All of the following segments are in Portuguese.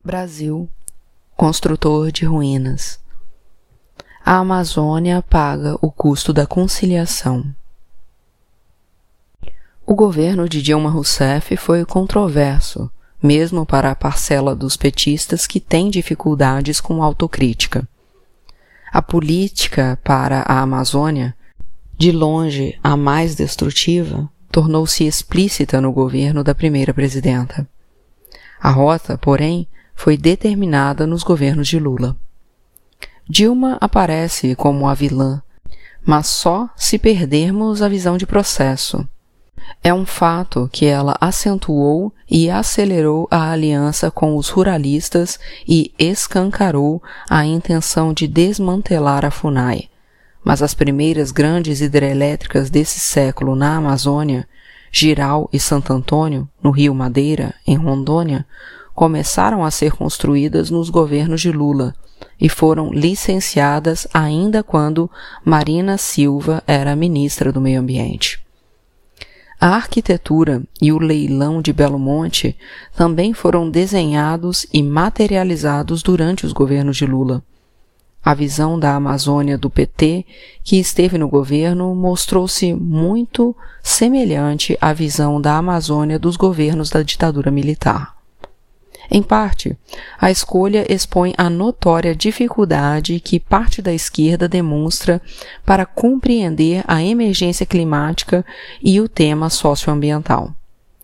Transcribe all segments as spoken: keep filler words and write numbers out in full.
Brasil, construtor de ruínas. A Amazônia paga o custo da conciliação. O governo de Dilma Rousseff foi controverso, mesmo para a parcela dos petistas que tem dificuldades com autocrítica. A política para a Amazônia, de longe a mais destrutiva, tornou-se explícita no governo da primeira presidenta. A rota, porém, foi determinada nos governos de Lula. Dilma aparece como a vilã, mas só se perdermos a visão de processo. É um fato que ela acentuou e acelerou a aliança com os ruralistas e escancarou a intenção de desmantelar a FUNAI. Mas as primeiras grandes hidrelétricas desse século na Amazônia, Jirau e Santo Antônio, no Rio Madeira, em Rondônia, começaram a ser construídas nos governos de Lula e foram licenciadas ainda quando Marina Silva era ministra do Meio Ambiente. A arquitetura e o leilão de Belo Monte também foram desenhados e materializados durante os governos de Lula. A visão da Amazônia do P T, que esteve no governo, mostrou-se muito semelhante à visão da Amazônia dos governos da ditadura militar. Em parte, a escolha expõe a notória dificuldade que parte da esquerda demonstra para compreender a emergência climática e o tema socioambiental.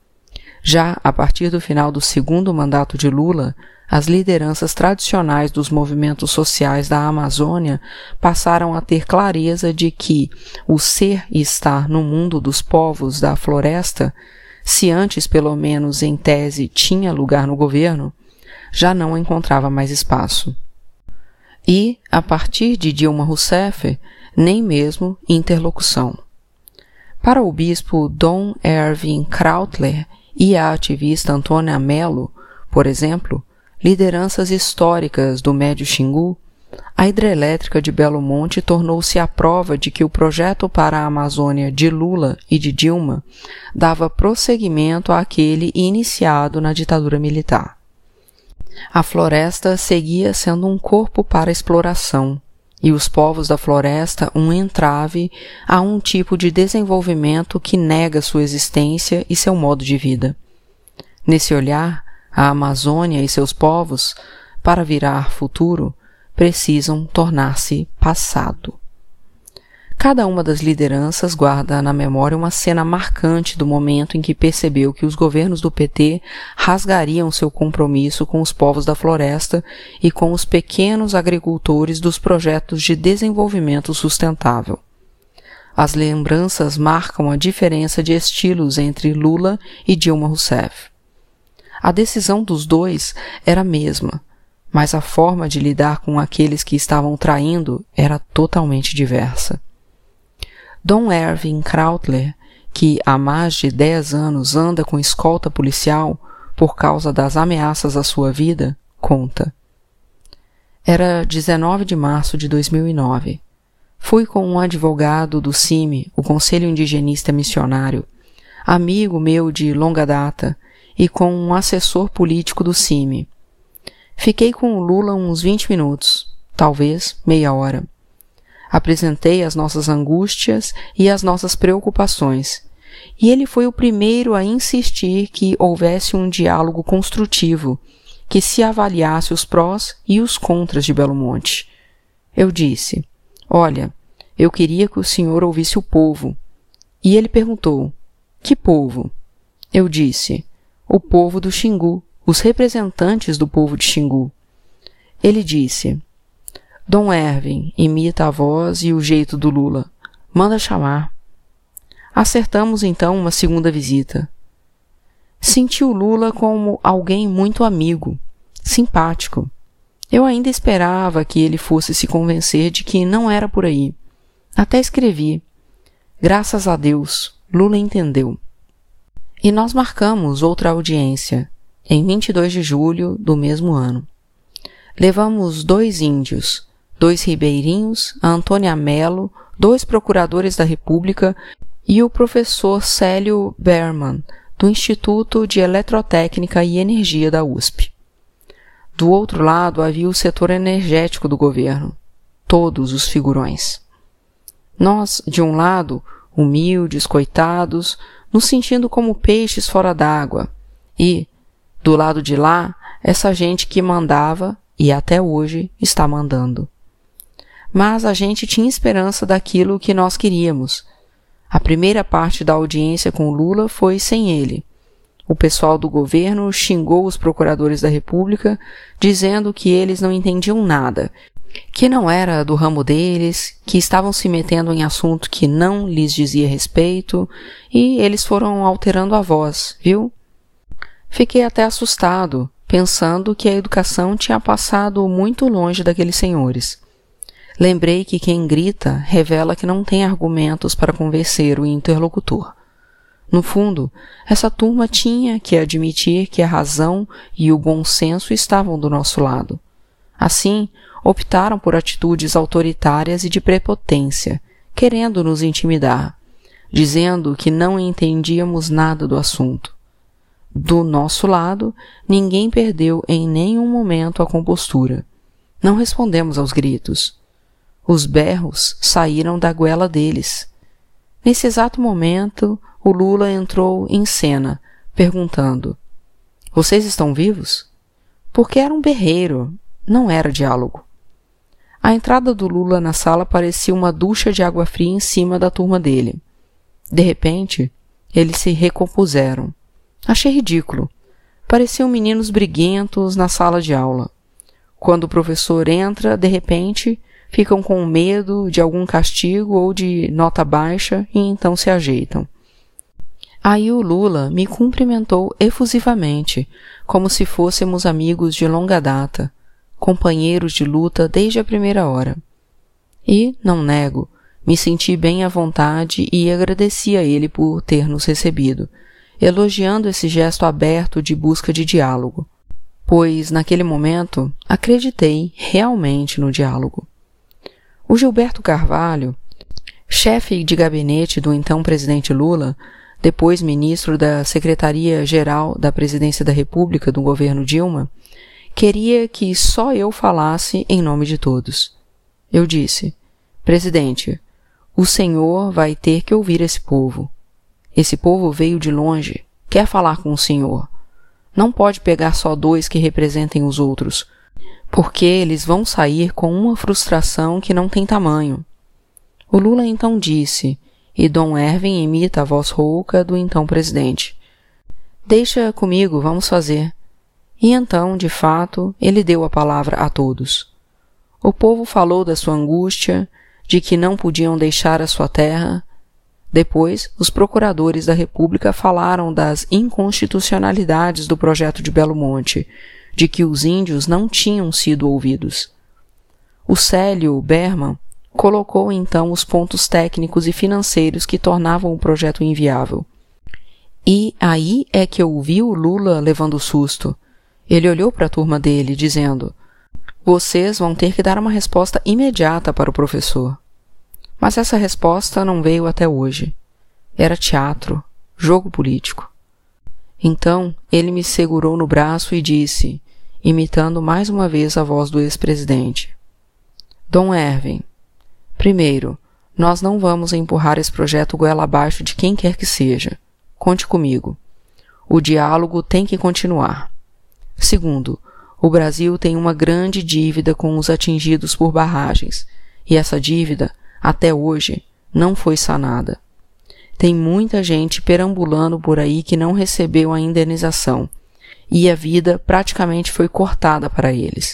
Já a partir do final do segundo mandato de Lula, as lideranças tradicionais dos movimentos sociais da Amazônia passaram a ter clareza de que o ser e estar no mundo dos povos da floresta, se antes pelo menos em tese tinha lugar no governo, já não encontrava mais espaço. E, a partir de Dilma Rousseff, nem mesmo interlocução. Para o bispo Dom Erwin Krautler e a ativista Antônia Mello, por exemplo, lideranças históricas do Médio Xingu, a hidrelétrica de Belo Monte tornou-se a prova de que o projeto para a Amazônia de Lula e de Dilma dava prosseguimento àquele iniciado na ditadura militar. A floresta seguia sendo um corpo para exploração, e os povos da floresta um entrave a um tipo de desenvolvimento que nega sua existência e seu modo de vida. Nesse olhar, a Amazônia e seus povos, para virar futuro, precisam tornar-se passado. Cada uma das lideranças guarda na memória uma cena marcante do momento em que percebeu que os governos do P T rasgariam seu compromisso com os povos da floresta e com os pequenos agricultores dos projetos de desenvolvimento sustentável. As lembranças marcam a diferença de estilos entre Lula e Dilma Rousseff. A decisão dos dois era a mesma, mas a forma de lidar com aqueles que estavam traindo era totalmente diversa. Dom Erwin Krautler, que há mais de dez anos anda com escolta policial por causa das ameaças à sua vida, conta. Era dezenove de março de dois mil e nove. Fui com um advogado do C I M, o Conselho Indigenista Missionário, amigo meu de longa data, e com um assessor político do C I M. Fiquei com o Lula uns vinte minutos, talvez meia hora. Apresentei as nossas angústias e as nossas preocupações, e ele foi o primeiro a insistir que houvesse um diálogo construtivo, que se avaliasse os prós e os contras de Belo Monte. Eu disse, olha, eu queria que o senhor ouvisse o povo. E ele perguntou, que povo? Eu disse, o povo do Xingu, os representantes do povo de Xingu. Ele disse, Dom Erwin imita a voz e o jeito do Lula. Manda chamar. Acertamos então uma segunda visita. Senti o Lula como alguém muito amigo, simpático. Eu ainda esperava que ele fosse se convencer de que não era por aí. Até escrevi. Graças a Deus, Lula entendeu. E nós marcamos outra audiência, em vinte e dois de julho do mesmo ano. Levamos dois índios, dois ribeirinhos, a Antônia Mello, dois procuradores da República e o professor Célio Berman, do Instituto de Eletrotécnica e Energia da U S P. Do outro lado havia o setor energético do governo, todos os figurões. Nós, de um lado, humildes, coitados, nos sentindo como peixes fora d'água, e, do lado de lá, essa gente que mandava e até hoje está mandando. Mas a gente tinha esperança daquilo que nós queríamos. A primeira parte da audiência com Lula foi sem ele. O pessoal do governo xingou os procuradores da República, dizendo que eles não entendiam nada, que não era do ramo deles, que estavam se metendo em assunto que não lhes dizia respeito, e eles foram alterando a voz, viu? Fiquei até assustado, pensando que a educação tinha passado muito longe daqueles senhores. Lembrei que quem grita revela que não tem argumentos para convencer o interlocutor. No fundo, essa turma tinha que admitir que a razão e o bom senso estavam do nosso lado. Assim, optaram por atitudes autoritárias e de prepotência, querendo nos intimidar, dizendo que não entendíamos nada do assunto. Do nosso lado, ninguém perdeu em nenhum momento a compostura. Não respondemos aos gritos. Os berros saíram da goela deles. Nesse exato momento, o Lula entrou em cena, perguntando: "Vocês estão vivos?" Porque era um berreiro, não era diálogo. A entrada do Lula na sala parecia uma ducha de água fria em cima da turma dele. De repente, eles se recompuseram. Achei ridículo. Pareciam meninos briguentos na sala de aula. Quando o professor entra, de repente, ficam com medo de algum castigo ou de nota baixa e então se ajeitam. Aí o Lula me cumprimentou efusivamente, como se fôssemos amigos de longa data, companheiros de luta desde a primeira hora. E, não nego, me senti bem à vontade e agradeci a ele por ter nos recebido, elogiando esse gesto aberto de busca de diálogo, pois, naquele momento, acreditei realmente no diálogo. O Gilberto Carvalho, chefe de gabinete do então presidente Lula, depois ministro da Secretaria-Geral da Presidência da República do governo Dilma, queria que só eu falasse em nome de todos. Eu disse: "Presidente, o senhor vai ter que ouvir esse povo. Esse povo veio de longe, quer falar com o senhor. Não pode pegar só dois que representem os outros, porque eles vão sair com uma frustração que não tem tamanho." O Lula então disse, e Dom Ervin imita a voz rouca do então presidente: "Deixa comigo, vamos fazer." E então, de fato, ele deu a palavra a todos. O povo falou da sua angústia, de que não podiam deixar a sua terra. Depois, os procuradores da República falaram das inconstitucionalidades do projeto de Belo Monte, de que os índios não tinham sido ouvidos. O Célio Berman colocou então os pontos técnicos e financeiros que tornavam o projeto inviável. E aí é que eu vi o Lula levando susto. Ele olhou para a turma dele, dizendo: "Vocês vão ter que dar uma resposta imediata para o professor." Mas essa resposta não veio até hoje. Era teatro, jogo político. Então, ele me segurou no braço e disse, imitando mais uma vez a voz do ex-presidente: "Dom Ervin, primeiro, nós não vamos empurrar esse projeto goela abaixo de quem quer que seja. Conte comigo. O diálogo tem que continuar. Segundo, o Brasil tem uma grande dívida com os atingidos por barragens, e essa dívida, até hoje, não foi sanada. Tem muita gente perambulando por aí que não recebeu a indenização, e a vida praticamente foi cortada para eles.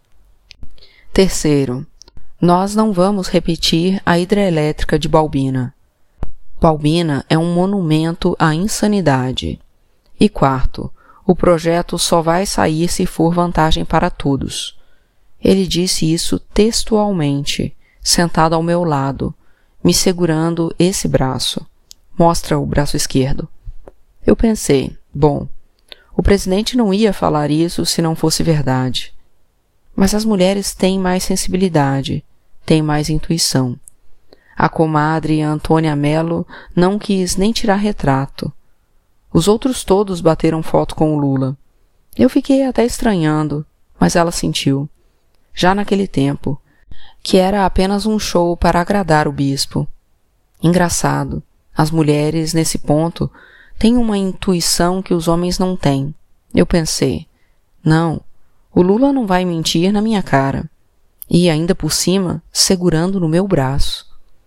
Terceiro, nós não vamos repetir a hidrelétrica de Balbina. Balbina é um monumento à insanidade. E quarto, o projeto só vai sair se for vantagem para todos." Ele disse isso textualmente, sentado ao meu lado, me segurando esse braço. Mostra o braço esquerdo. Eu pensei, bom, o presidente não ia falar isso se não fosse verdade. Mas as mulheres têm mais sensibilidade, têm mais intuição. A comadre Antônia Mello não quis nem tirar retrato. Os outros todos bateram foto com o Lula. Eu fiquei até estranhando, mas ela sentiu, já naquele tempo, que era apenas um show para agradar o bispo. Engraçado, as mulheres, nesse ponto, têm uma intuição que os homens não têm. Eu pensei, não, o Lula não vai mentir na minha cara. E, ainda por cima, segurando no meu braço.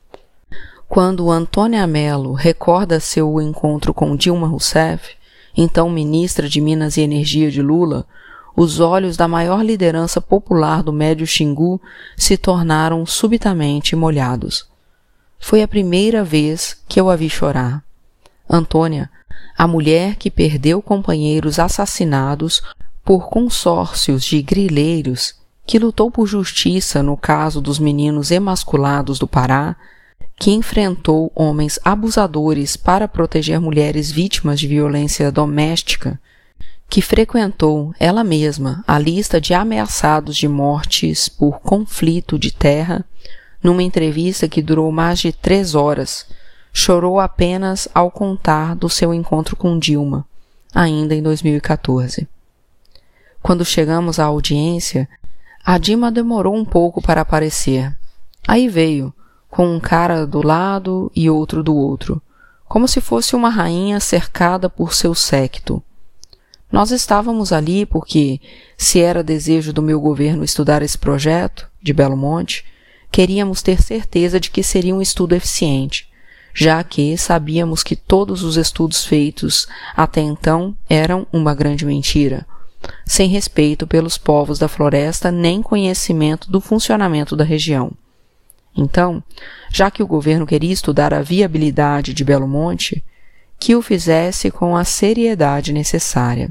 Quando Antônia Mello recorda seu encontro com Dilma Rousseff, então ministra de Minas e Energia de Lula, os olhos da maior liderança popular do Médio Xingu se tornaram subitamente molhados. Foi a primeira vez que eu a vi chorar. Antônia, a mulher que perdeu companheiros assassinados por consórcios de grileiros, que lutou por justiça no caso dos meninos emasculados do Pará, que enfrentou homens abusadores para proteger mulheres vítimas de violência doméstica, que frequentou ela mesma a lista de ameaçados de mortes por conflito de terra, numa entrevista que durou mais de três horas, chorou apenas ao contar do seu encontro com Dilma, ainda em dois mil e quatorze. Quando chegamos à audiência, a Dilma demorou um pouco para aparecer. Aí veio, com um cara do lado e outro do outro, como se fosse uma rainha cercada por seu séquito. Nós estávamos ali porque, se era desejo do meu governo estudar esse projeto, de Belo Monte, queríamos ter certeza de que seria um estudo eficiente, já que sabíamos que todos os estudos feitos até então eram uma grande mentira, sem respeito pelos povos da floresta nem conhecimento do funcionamento da região. Então, já que o governo queria estudar a viabilidade de Belo Monte, que o fizesse com a seriedade necessária.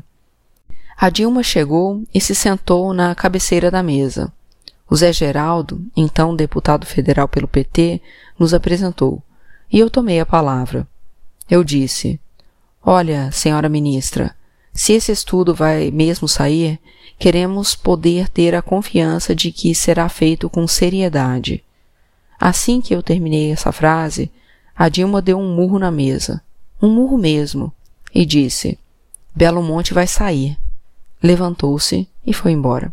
A Dilma chegou e se sentou na cabeceira da mesa. O Zé Geraldo, então deputado federal pelo P T, nos apresentou, e eu tomei a palavra. Eu disse, olha, senhora ministra, se esse estudo vai mesmo sair, queremos poder ter a confiança de que será feito com seriedade. Assim que eu terminei essa frase, a Dilma deu um murro na mesa, um murro mesmo, e disse, Belo Monte vai sair. Levantou-se e foi embora.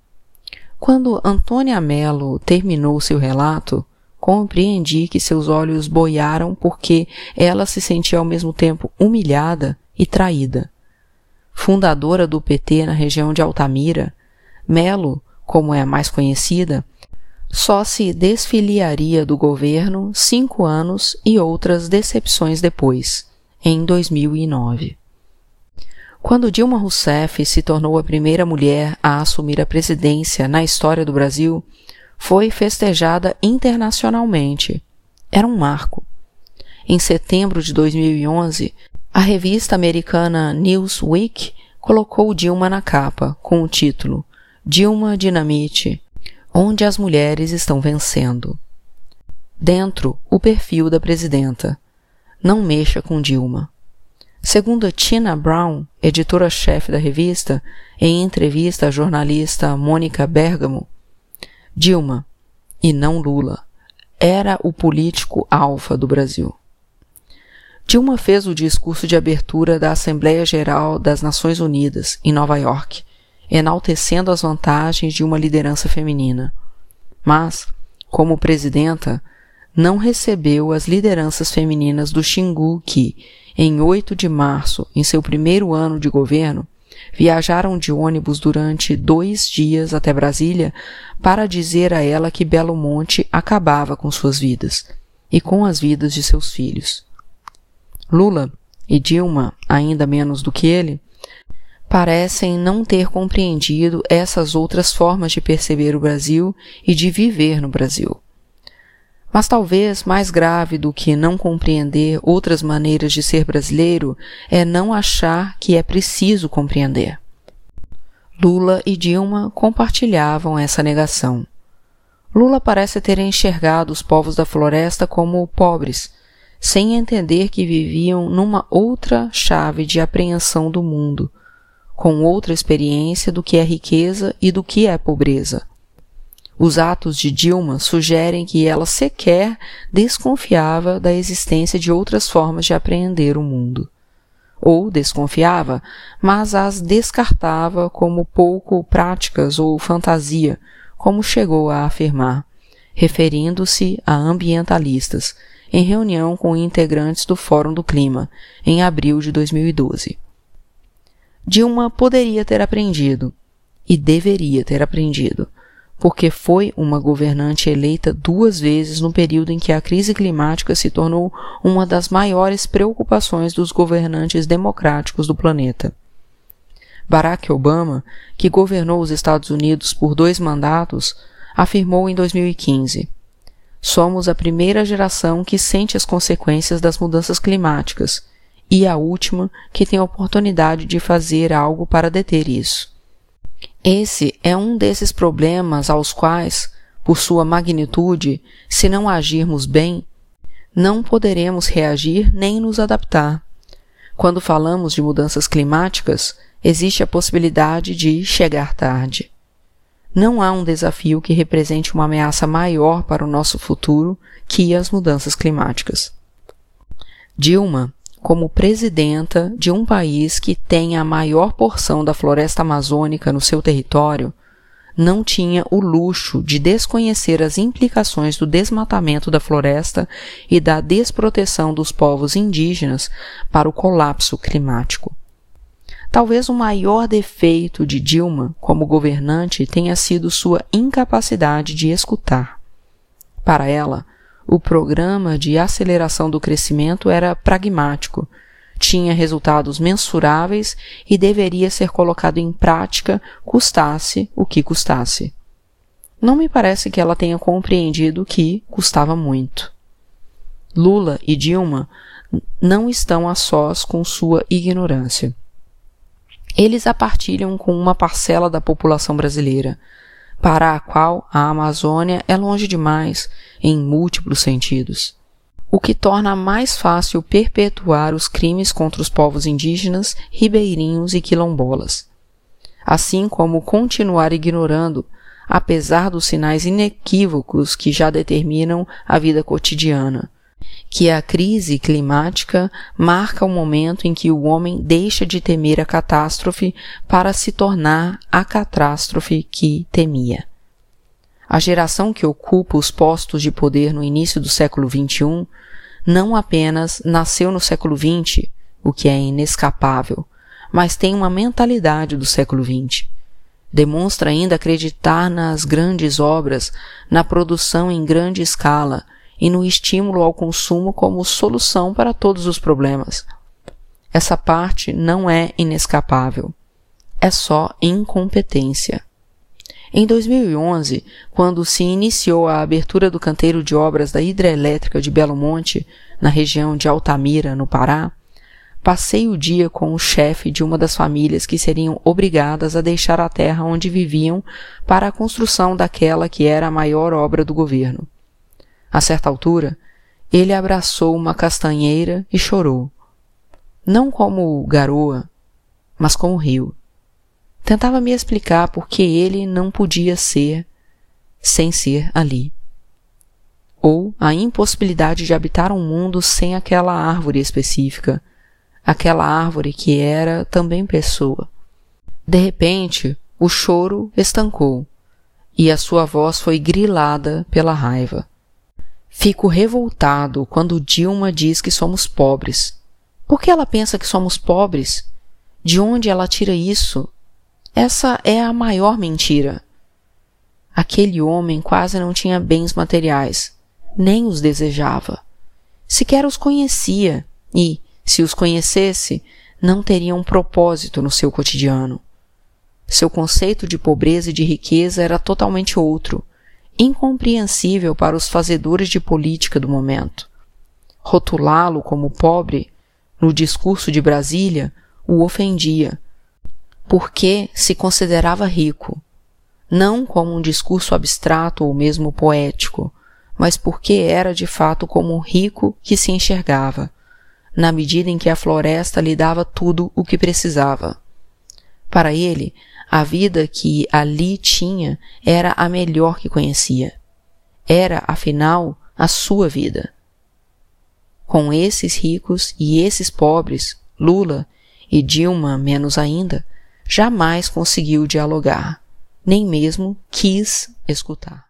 Quando Antônia Mello terminou seu relato, compreendi que seus olhos boiaram porque ela se sentia ao mesmo tempo humilhada e traída. Fundadora do P T na região de Altamira, Mello, como é a mais conhecida, só se desfiliaria do governo cinco anos e outras decepções depois, em dois mil e nove. Quando Dilma Rousseff se tornou a primeira mulher a assumir a presidência na história do Brasil, foi festejada internacionalmente. Era um marco. Em setembro de dois mil e onze, a revista americana Newsweek colocou Dilma na capa, com o título Dilma Dinamite, onde as mulheres estão vencendo. Dentro, o perfil da presidenta. Não mexa com Dilma. Segundo Tina Brown, editora-chefe da revista, em entrevista à jornalista Mônica Bergamo, Dilma, e não Lula, era o político alfa do Brasil. Dilma fez o discurso de abertura da Assembleia Geral das Nações Unidas, em Nova York, enaltecendo as vantagens de uma liderança feminina. Mas, como presidenta, não recebeu as lideranças femininas do Xingu que, em oito de março, em seu primeiro ano de governo, viajaram de ônibus durante dois dias até Brasília para dizer a ela que Belo Monte acabava com suas vidas e com as vidas de seus filhos. Lula, e Dilma, ainda menos do que ele, parecem não ter compreendido essas outras formas de perceber o Brasil e de viver no Brasil. Mas talvez mais grave do que não compreender outras maneiras de ser brasileiro é não achar que é preciso compreender. Lula e Dilma compartilhavam essa negação. Lula parece ter enxergado os povos da floresta como pobres, sem entender que viviam numa outra chave de apreensão do mundo, com outra experiência do que é riqueza e do que é pobreza. Os atos de Dilma sugerem que ela sequer desconfiava da existência de outras formas de apreender o mundo. ou desconfiava, mas as descartava como pouco práticas ou fantasia, como chegou a afirmar, referindo-se a ambientalistas, em reunião com integrantes do Fórum do Clima, em abril de dois mil e doze. Dilma poderia ter aprendido, e deveria ter aprendido, porque foi uma governante eleita duas vezes no período em que a crise climática se tornou uma das maiores preocupações dos governantes democráticos do planeta. Barack Obama, que governou os Estados Unidos por dois mandatos, afirmou em dois mil e quinze: "Somos a primeira geração que sente as consequências das mudanças climáticas e a última que tem a oportunidade de fazer algo para deter isso." Esse é um desses problemas aos quais, por sua magnitude, se não agirmos bem, não poderemos reagir nem nos adaptar. Quando falamos de mudanças climáticas, existe a possibilidade de chegar tarde. Não há um desafio que represente uma ameaça maior para o nosso futuro que as mudanças climáticas. Dilma, como presidenta de um país que tem a maior porção da floresta amazônica no seu território, não tinha o luxo de desconhecer as implicações do desmatamento da floresta e da desproteção dos povos indígenas para o colapso climático. Talvez o maior defeito de Dilma como governante tenha sido sua incapacidade de escutar. Para ela, o programa de aceleração do crescimento era pragmático, tinha resultados mensuráveis e deveria ser colocado em prática, custasse o que custasse. Não me parece que ela tenha compreendido que custava muito. Lula e Dilma não estão a sós com sua ignorância. Eles a partilham com uma parcela da população brasileira, para a qual a Amazônia é longe demais, em múltiplos sentidos, o que torna mais fácil perpetuar os crimes contra os povos indígenas, ribeirinhos e quilombolas, assim como continuar ignorando, apesar dos sinais inequívocos que já determinam a vida cotidiana, que a crise climática marca o momento em que o homem deixa de temer a catástrofe para se tornar a catástrofe que temia. A geração que ocupa os postos de poder no início do século vinte e um não apenas nasceu no século vinte, o que é inescapável, mas tem uma mentalidade do século vinte. Demonstra ainda acreditar nas grandes obras, na produção em grande escala e no estímulo ao consumo como solução para todos os problemas. Essa parte não é inescapável. É só incompetência. Em dois mil e onze, quando se iniciou a abertura do canteiro de obras da hidrelétrica de Belo Monte, na região de Altamira, no Pará, passei o dia com o chefe de uma das famílias que seriam obrigadas a deixar a terra onde viviam para a construção daquela que era a maior obra do governo. A certa altura, ele abraçou uma castanheira e chorou. Não como garoa, mas como rio. Tentava me explicar por que ele não podia ser sem ser ali. Ou a impossibilidade de habitar um mundo sem aquela árvore específica, aquela árvore que era também pessoa. De repente, o choro estancou e a sua voz foi grilada pela raiva. Fico revoltado quando Dilma diz que somos pobres. Por que ela pensa que somos pobres? De onde ela tira isso? Essa é a maior mentira. Aquele homem quase não tinha bens materiais, nem os desejava. Sequer os conhecia e, se os conhecesse, não teria um propósito no seu cotidiano. Seu conceito de pobreza e de riqueza era totalmente outro, incompreensível para os fazedores de política do momento. Rotulá-lo como pobre, no discurso de Brasília, o ofendia, porque se considerava rico, não como um discurso abstrato ou mesmo poético, mas porque era de fato como um rico que se enxergava, na medida em que a floresta lhe dava tudo o que precisava. Para ele, a vida que ali tinha era a melhor que conhecia. Era, afinal, a sua vida. Com esses ricos e esses pobres, Lula, e Dilma menos ainda, jamais conseguiu dialogar, nem mesmo quis escutar.